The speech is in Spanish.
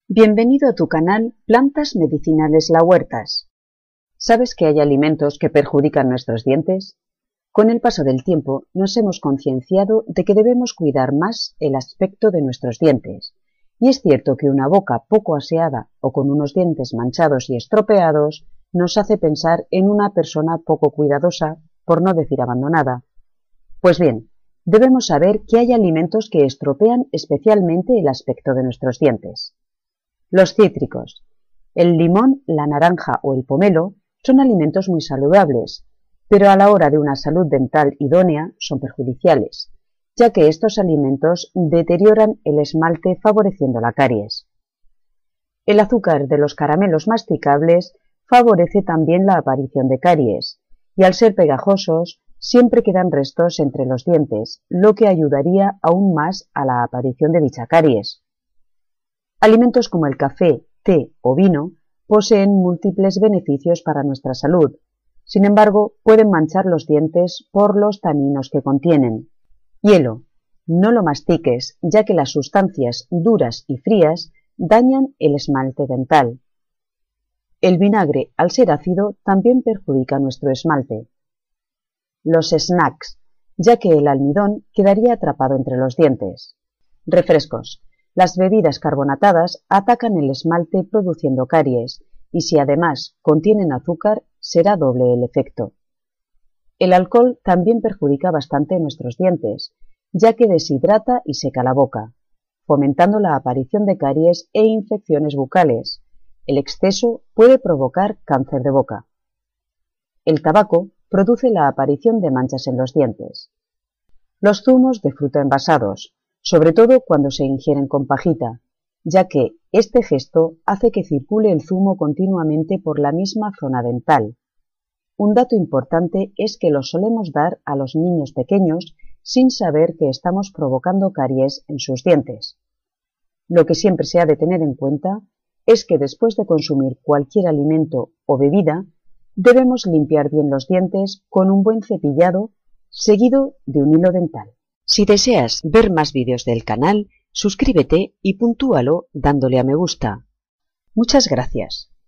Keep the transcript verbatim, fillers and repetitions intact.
Bienvenido a tu canal Plantas Medicinales La Huertas. ¿Sabes que hay alimentos que perjudican nuestros dientes? Con el paso del tiempo nos hemos concienciado de que debemos cuidar más el aspecto de nuestros dientes. Y es cierto que una boca poco aseada o con unos dientes manchados y estropeados nos hace pensar en una persona poco cuidadosa, por no decir abandonada. Pues bien, debemos saber que hay alimentos que estropean especialmente el aspecto de nuestros dientes. Los cítricos. El limón, la naranja o el pomelo son alimentos muy saludables, pero a la hora de una salud dental idónea son perjudiciales, ya que estos alimentos deterioran el esmalte favoreciendo la caries. El azúcar de los caramelos masticables favorece también la aparición de caries, y al ser pegajosos siempre quedan restos entre los dientes, lo que ayudaría aún más a la aparición de dicha caries. Alimentos como el café, té o vino poseen múltiples beneficios para nuestra salud. Sin embargo, pueden manchar los dientes por los taninos que contienen. Hielo. No lo mastiques, ya que las sustancias duras y frías dañan el esmalte dental. El vinagre, al ser ácido, también perjudica nuestro esmalte. Los snacks, ya que el almidón quedaría atrapado entre los dientes. Refrescos. Las bebidas carbonatadas atacan el esmalte produciendo caries, y si además contienen azúcar, será doble el efecto. El alcohol también perjudica bastante nuestros dientes, ya que deshidrata y seca la boca, fomentando la aparición de caries e infecciones bucales. El exceso puede provocar cáncer de boca. El tabaco produce la aparición de manchas en los dientes. Los zumos de fruta envasados, sobre todo cuando se ingieren con pajita, ya que este gesto hace que circule el zumo continuamente por la misma zona dental. Un dato importante es que lo solemos dar a los niños pequeños sin saber que estamos provocando caries en sus dientes. Lo que siempre se ha de tener en cuenta es que después de consumir cualquier alimento o bebida, debemos limpiar bien los dientes con un buen cepillado seguido de un hilo dental. Si deseas ver más vídeos del canal, suscríbete y puntúalo dándole a me gusta. Muchas gracias.